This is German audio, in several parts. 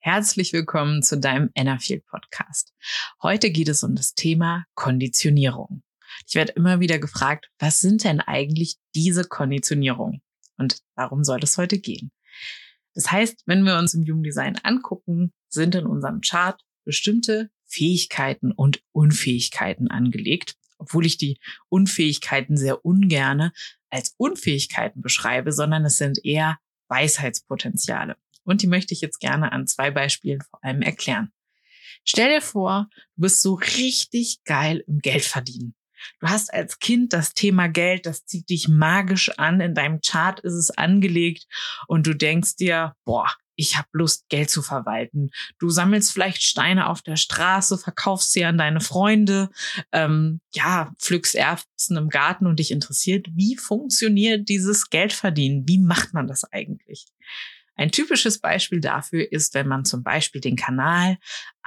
Herzlich willkommen zu deinem Ennerfield Podcast. Heute geht es um das Thema Konditionierung. Ich werde immer wieder gefragt, was sind denn eigentlich diese Konditionierungen und darum soll es heute gehen. Das heißt, wenn wir uns im Human Design angucken, sind in unserem Chart bestimmte Fähigkeiten und Unfähigkeiten angelegt, obwohl ich die Unfähigkeiten sehr ungerne als Unfähigkeiten beschreibe, sondern es sind eher Weisheitspotenziale. Und die möchte ich jetzt gerne an 2 Beispielen vor allem erklären. Stell dir vor, du bist so richtig geil im Geldverdienen. Du hast als Kind das Thema Geld, das zieht dich magisch an. In deinem Chart ist es angelegt und du denkst dir, ich habe Lust, Geld zu verwalten. Du sammelst vielleicht Steine auf der Straße, verkaufst sie an deine Freunde, pflückst Erbsen im Garten und dich interessiert, wie funktioniert dieses Geldverdienen? Wie macht man das eigentlich? Ein typisches Beispiel dafür ist, wenn man zum Beispiel den Kanal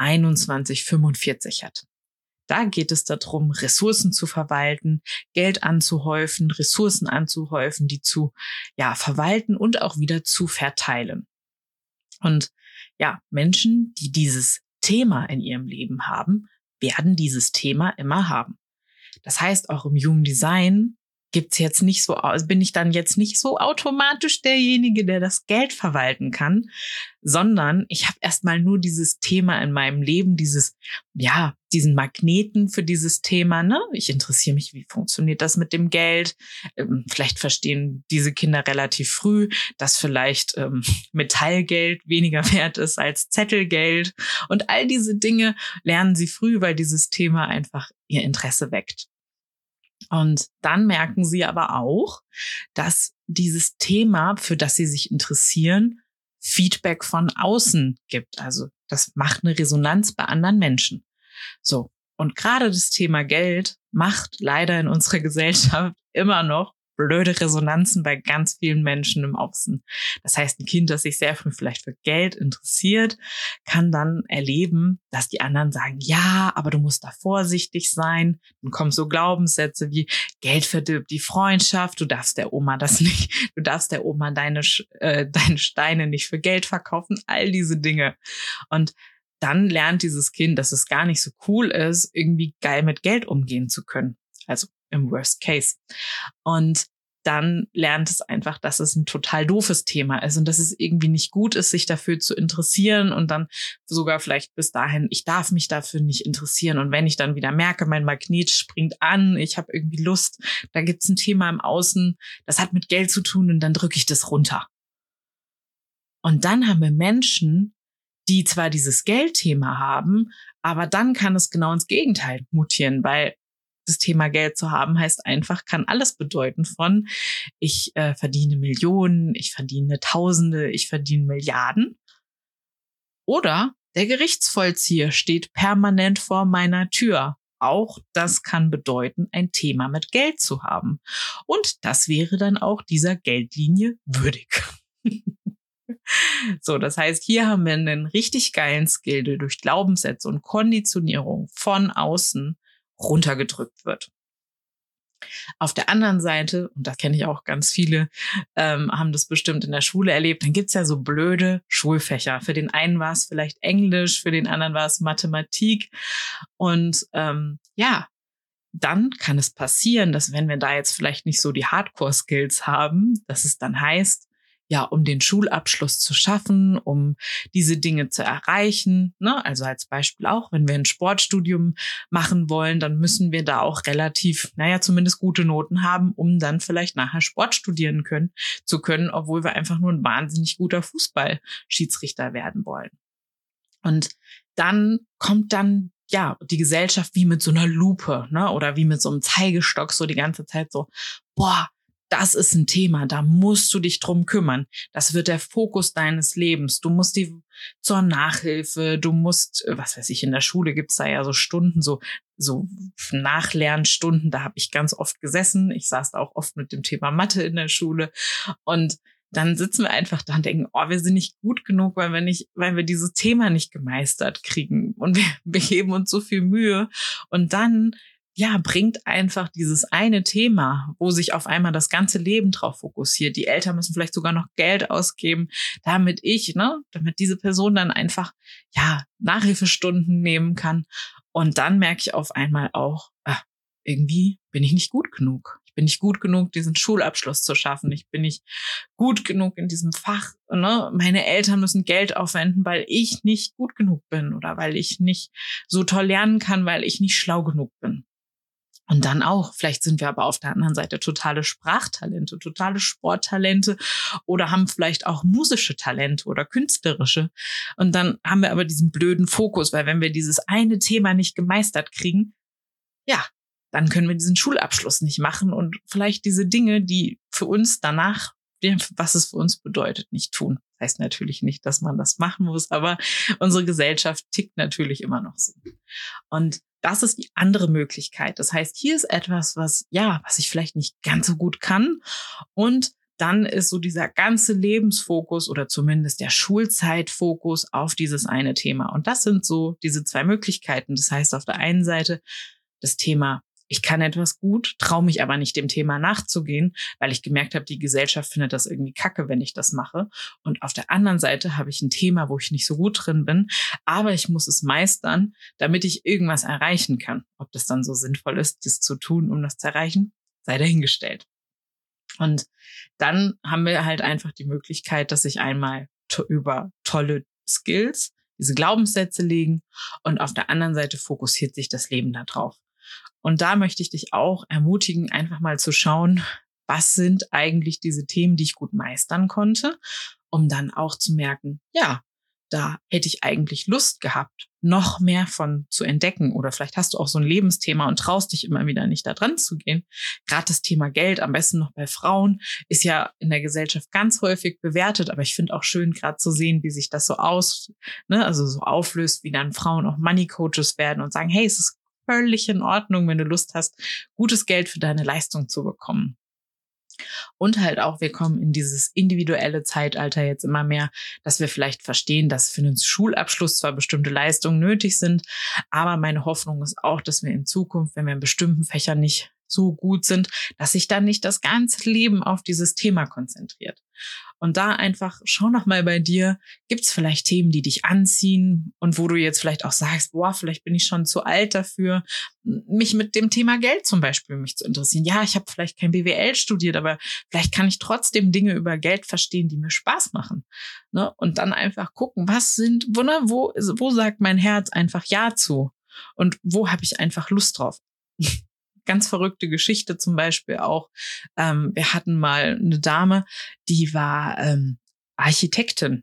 2145 hat. Da geht es darum, Ressourcen zu verwalten, Geld anzuhäufen, Ressourcen anzuhäufen, die zu verwalten und auch wieder zu verteilen. Und Menschen, die dieses Thema in ihrem Leben haben, werden dieses Thema immer haben. Das heißt, auch im Human Design bin ich dann jetzt nicht so automatisch derjenige, der das Geld verwalten kann, sondern ich habe erstmal nur dieses Thema in meinem Leben, diesen Magneten für dieses Thema, ne? Ich interessiere mich, wie funktioniert das mit dem Geld? Vielleicht verstehen diese Kinder relativ früh, dass vielleicht Metallgeld weniger wert ist als Zettelgeld. Und all diese Dinge lernen sie früh, weil dieses Thema einfach ihr Interesse weckt. Und dann merken sie aber auch, dass dieses Thema, für das sie sich interessieren, Feedback von außen gibt. Also das macht eine Resonanz bei anderen Menschen. So, und gerade das Thema Geld macht leider in unserer Gesellschaft immer noch blöde Resonanzen bei ganz vielen Menschen im Außen. Das heißt, ein Kind, das sich sehr früh vielleicht für Geld interessiert, kann dann erleben, dass die anderen sagen, ja, aber du musst da vorsichtig sein. Dann kommen so Glaubenssätze wie, Geld verdirbt die Freundschaft, du darfst der Oma deine Steine nicht für Geld verkaufen, all diese Dinge. Und dann lernt dieses Kind, dass es gar nicht so cool ist, irgendwie geil mit Geld umgehen zu können. Also im Worst Case. Und dann lernt es einfach, dass es ein total doofes Thema ist und dass es irgendwie nicht gut ist, sich dafür zu interessieren und dann sogar vielleicht bis dahin, ich darf mich dafür nicht interessieren. Und wenn ich dann wieder merke, mein Magnet springt an, ich habe irgendwie Lust, da gibt's ein Thema im Außen, das hat mit Geld zu tun und dann drücke ich das runter. Und dann haben wir Menschen, die zwar dieses Geldthema haben, aber dann kann es genau ins Gegenteil mutieren, weil das Thema Geld zu haben heißt einfach, kann alles bedeuten von, ich verdiene Millionen, ich verdiene Tausende, ich verdiene Milliarden. Oder der Gerichtsvollzieher steht permanent vor meiner Tür. Auch das kann bedeuten, ein Thema mit Geld zu haben. Und das wäre dann auch dieser Geldlinie würdig. So, das heißt, hier haben wir einen richtig geilen Skill, der durch Glaubenssätze und Konditionierung von außen runtergedrückt wird. Auf der anderen Seite, und das kenne ich auch ganz viele, haben das bestimmt in der Schule erlebt, dann gibt's ja so blöde Schulfächer. Für den einen war es vielleicht Englisch, für den anderen war es Mathematik. Und dann kann es passieren, dass wenn wir da jetzt vielleicht nicht so die Hardcore-Skills haben, dass es dann heißt, um den Schulabschluss zu schaffen, um diese Dinge zu erreichen, ne? Also als Beispiel auch, wenn wir ein Sportstudium machen wollen, dann müssen wir da auch relativ, zumindest gute Noten haben, um dann vielleicht nachher Sport studieren zu können, obwohl wir einfach nur ein wahnsinnig guter Fußballschiedsrichter werden wollen. Und dann kommt die Gesellschaft wie mit so einer Lupe, ne? Oder wie mit so einem Zeigestock so die ganze Zeit so, das ist ein Thema, da musst du dich drum kümmern. Das wird der Fokus deines Lebens. Du musst zur Nachhilfe, du musst, in der Schule gibt's da ja so Stunden, so Nachlernstunden, da habe ich ganz oft gesessen. Ich saß da auch oft mit dem Thema Mathe in der Schule und dann sitzen wir einfach da und denken, wir sind nicht gut genug, weil wir dieses Thema nicht gemeistert kriegen und wir geben uns so viel Mühe und dann bringt einfach dieses eine Thema, wo sich auf einmal das ganze Leben drauf fokussiert. Die Eltern müssen vielleicht sogar noch Geld ausgeben, damit diese Person dann einfach, Nachhilfestunden nehmen kann. Und dann merke ich auf einmal auch, irgendwie bin ich nicht gut genug. Ich bin nicht gut genug, diesen Schulabschluss zu schaffen. Ich bin nicht gut genug in diesem Fach. Ne? Meine Eltern müssen Geld aufwenden, weil ich nicht gut genug bin oder weil ich nicht so toll lernen kann, weil ich nicht schlau genug bin. Und dann auch, vielleicht sind wir aber auf der anderen Seite totale Sprachtalente, totale Sporttalente oder haben vielleicht auch musische Talente oder künstlerische. Und dann haben wir aber diesen blöden Fokus, weil wenn wir dieses eine Thema nicht gemeistert kriegen, dann können wir diesen Schulabschluss nicht machen und vielleicht diese Dinge, die für uns danach, was es für uns bedeutet, nicht tun. Das heißt natürlich nicht, dass man das machen muss, aber unsere Gesellschaft tickt natürlich immer noch so. Und das ist die andere Möglichkeit. Das heißt, hier ist etwas, was ich vielleicht nicht ganz so gut kann. Und dann ist so dieser ganze Lebensfokus oder zumindest der Schulzeitfokus auf dieses eine Thema. Und das sind so diese zwei Möglichkeiten. Das heißt, auf der einen Seite das Thema, ich kann etwas gut, traue mich aber nicht dem Thema nachzugehen, weil ich gemerkt habe, die Gesellschaft findet das irgendwie kacke, wenn ich das mache. Und auf der anderen Seite habe ich ein Thema, wo ich nicht so gut drin bin, aber ich muss es meistern, damit ich irgendwas erreichen kann. Ob das dann so sinnvoll ist, das zu tun, um das zu erreichen, sei dahingestellt. Und dann haben wir halt einfach die Möglichkeit, dass ich einmal über tolle Skills diese Glaubenssätze legen und auf der anderen Seite fokussiert sich das Leben da drauf. Und da möchte ich dich auch ermutigen, einfach mal zu schauen, was sind eigentlich diese Themen, die ich gut meistern konnte, um dann auch zu merken, da hätte ich eigentlich Lust gehabt, noch mehr von zu entdecken. Oder vielleicht hast du auch so ein Lebensthema und traust dich immer wieder nicht da dran zu gehen. Gerade das Thema Geld, am besten noch bei Frauen, ist ja in der Gesellschaft ganz häufig bewertet. Aber ich finde auch schön, gerade zu sehen, wie sich das so so auflöst, wie dann Frauen auch Money Coaches werden und sagen, hey, es ist völlig in Ordnung, wenn du Lust hast, gutes Geld für deine Leistung zu bekommen. Und halt auch, wir kommen in dieses individuelle Zeitalter jetzt immer mehr, dass wir vielleicht verstehen, dass für einen Schulabschluss zwar bestimmte Leistungen nötig sind, aber meine Hoffnung ist auch, dass wir in Zukunft, wenn wir in bestimmten Fächern nicht so gut sind, dass sich dann nicht das ganze Leben auf dieses Thema konzentriert. Und da einfach, schau noch mal bei dir, gibt es vielleicht Themen, die dich anziehen und wo du jetzt vielleicht auch sagst, vielleicht bin ich schon zu alt dafür, mich mit dem Thema Geld zum Beispiel zu interessieren. Ja, ich habe vielleicht kein BWL studiert, aber vielleicht kann ich trotzdem Dinge über Geld verstehen, die mir Spaß machen. Ne? Und dann einfach gucken, wo sagt mein Herz einfach Ja zu? Und wo habe ich einfach Lust drauf? Ganz verrückte Geschichte zum Beispiel auch. Wir hatten mal eine Dame, die war Architektin.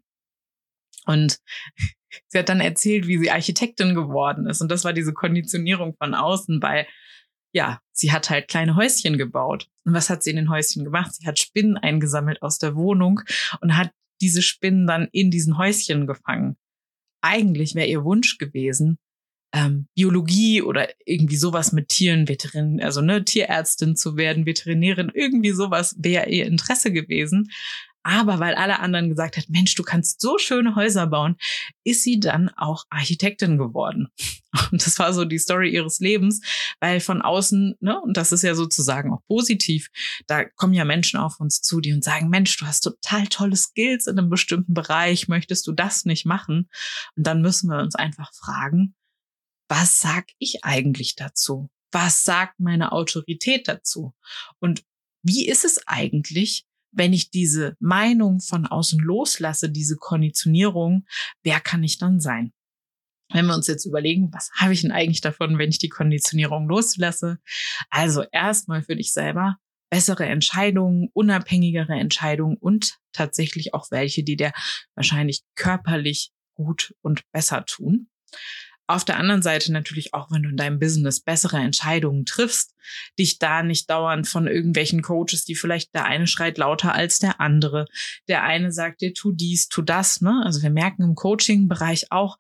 Und sie hat dann erzählt, wie sie Architektin geworden ist. Und das war diese Konditionierung von außen, weil sie hat halt kleine Häuschen gebaut. Und was hat sie in den Häuschen gemacht? Sie hat Spinnen eingesammelt aus der Wohnung und hat diese Spinnen dann in diesen Häuschen gefangen. Eigentlich wäre ihr Wunsch gewesen, Biologie oder irgendwie sowas mit Tieren, Tierärztin zu werden, Veterinärin, irgendwie sowas wäre ihr Interesse gewesen. Aber weil alle anderen gesagt hat, Mensch, du kannst so schöne Häuser bauen, ist sie dann auch Architektin geworden. Und das war so die Story ihres Lebens, weil von außen, und das ist ja sozusagen auch positiv, da kommen ja Menschen auf uns zu, die uns sagen, Mensch, du hast total tolle Skills in einem bestimmten Bereich, möchtest du das nicht machen? Und dann müssen wir uns einfach fragen, was sag ich eigentlich dazu? Was sagt meine Autorität dazu? Und wie ist es eigentlich, wenn ich diese Meinung von außen loslasse, diese Konditionierung, wer kann ich dann sein? Wenn wir uns jetzt überlegen, was habe ich denn eigentlich davon, wenn ich die Konditionierung loslasse? Also erstmal für dich selber bessere Entscheidungen, unabhängigere Entscheidungen und tatsächlich auch welche, die dir wahrscheinlich körperlich gut und besser tun. Auf der anderen Seite natürlich auch, wenn du in deinem Business bessere Entscheidungen triffst, dich da nicht dauernd von irgendwelchen Coaches, die vielleicht der eine schreit lauter als der andere. Der eine sagt dir, tu dies, tu das. Also wir merken im Coaching-Bereich auch,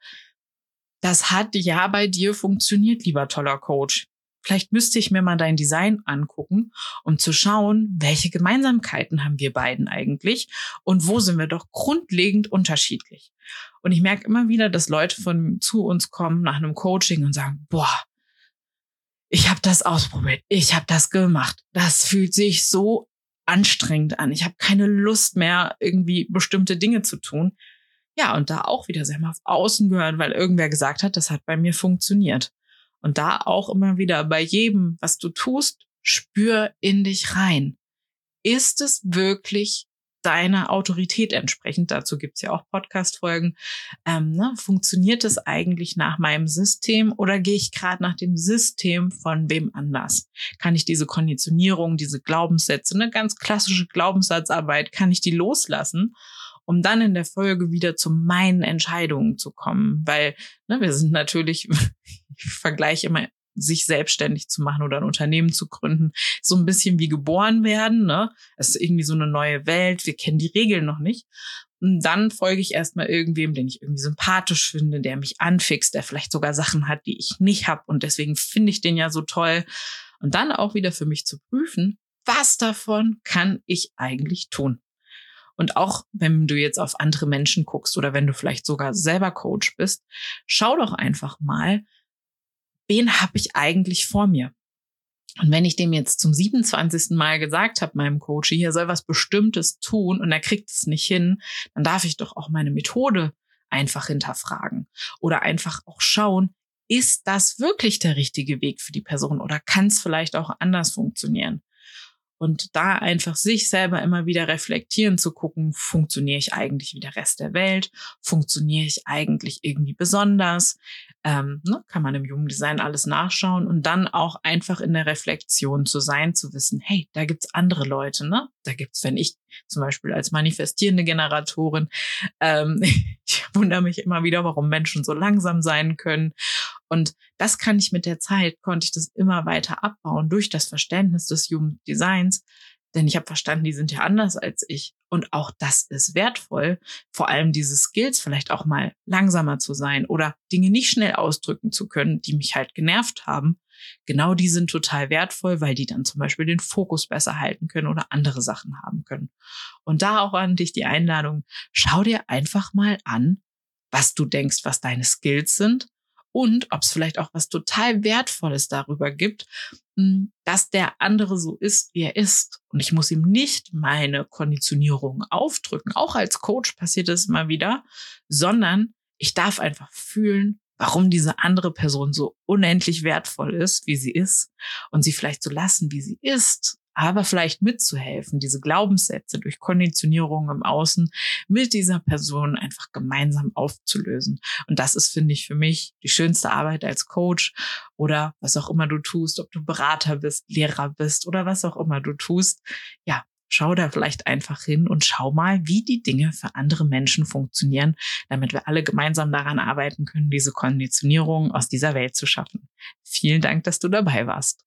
das hat ja bei dir funktioniert, lieber toller Coach. Vielleicht müsste ich mir mal dein Design angucken, um zu schauen, welche Gemeinsamkeiten haben wir beiden eigentlich und wo sind wir doch grundlegend unterschiedlich. Und ich merke immer wieder, dass Leute zu uns kommen nach einem Coaching und sagen, ich habe das ausprobiert, ich habe das gemacht. Das fühlt sich so anstrengend an. Ich habe keine Lust mehr, irgendwie bestimmte Dinge zu tun. Ja, und da auch wieder sehr mal auf Außen gehört, weil irgendwer gesagt hat, das hat bei mir funktioniert. Und da auch immer wieder bei jedem, was du tust, spür in dich rein. Ist es wirklich deiner Autorität entsprechend? Dazu gibt's ja auch Podcast-Folgen. Funktioniert es eigentlich nach meinem System oder gehe ich gerade nach dem System von wem anders? Kann ich diese Konditionierung, diese Glaubenssätze, eine ganz klassische Glaubenssatzarbeit, kann ich die loslassen, um dann in der Folge wieder zu meinen Entscheidungen zu kommen? Weil wir sind natürlich, ich vergleiche immer, sich selbstständig zu machen oder ein Unternehmen zu gründen, so ein bisschen wie geboren werden. Ne? Es ist irgendwie so eine neue Welt. Wir kennen die Regeln noch nicht. Und dann folge ich erstmal irgendwem, den ich irgendwie sympathisch finde, der mich anfixt, der vielleicht sogar Sachen hat, die ich nicht habe. Und deswegen finde ich den ja so toll. Und dann auch wieder für mich zu prüfen, was davon kann ich eigentlich tun? Und auch wenn du jetzt auf andere Menschen guckst oder wenn du vielleicht sogar selber Coach bist, schau doch einfach mal, wen habe ich eigentlich vor mir? Und wenn ich dem jetzt zum 27. Mal gesagt habe, meinem Coach, hier soll was Bestimmtes tun und er kriegt es nicht hin, dann darf ich doch auch meine Methode einfach hinterfragen oder einfach auch schauen, ist das wirklich der richtige Weg für die Person oder kann es vielleicht auch anders funktionieren? Und da einfach sich selber immer wieder reflektieren, zu gucken, funktioniere ich eigentlich wie der Rest der Welt? Funktioniere ich eigentlich irgendwie besonders? Kann man im Jugenddesign alles nachschauen und dann auch einfach in der Reflexion zu sein, zu wissen, hey, da gibt's andere Leute, ne? Da gibt's, wenn ich zum Beispiel als manifestierende Generatorin, ich wundere mich immer wieder, warum Menschen so langsam sein können. Und das kann ich mit der Zeit, konnte ich das immer weiter abbauen durch das Verständnis des Human Designs. Denn ich habe verstanden, die sind ja anders als ich. Und auch das ist wertvoll. Vor allem diese Skills, vielleicht auch mal langsamer zu sein oder Dinge nicht schnell ausdrücken zu können, die mich halt genervt haben. Genau die sind total wertvoll, weil die dann zum Beispiel den Fokus besser halten können oder andere Sachen haben können. Und da auch an dich die Einladung, schau dir einfach mal an, was du denkst, was deine Skills sind. Und ob es vielleicht auch was total Wertvolles darüber gibt, dass der andere so ist, wie er ist. Und ich muss ihm nicht meine Konditionierung aufdrücken. Auch als Coach passiert das immer wieder, sondern ich darf einfach fühlen, warum diese andere Person so unendlich wertvoll ist, wie sie ist und sie vielleicht so lassen, wie sie ist, aber vielleicht mitzuhelfen, diese Glaubenssätze durch Konditionierung im Außen mit dieser Person einfach gemeinsam aufzulösen. Und das ist, finde ich, für mich die schönste Arbeit als Coach oder was auch immer du tust, ob du Berater bist, Lehrer bist oder was auch immer du tust. Ja, schau da vielleicht einfach hin und schau mal, wie die Dinge für andere Menschen funktionieren, damit wir alle gemeinsam daran arbeiten können, diese Konditionierung aus dieser Welt zu schaffen. Vielen Dank, dass du dabei warst.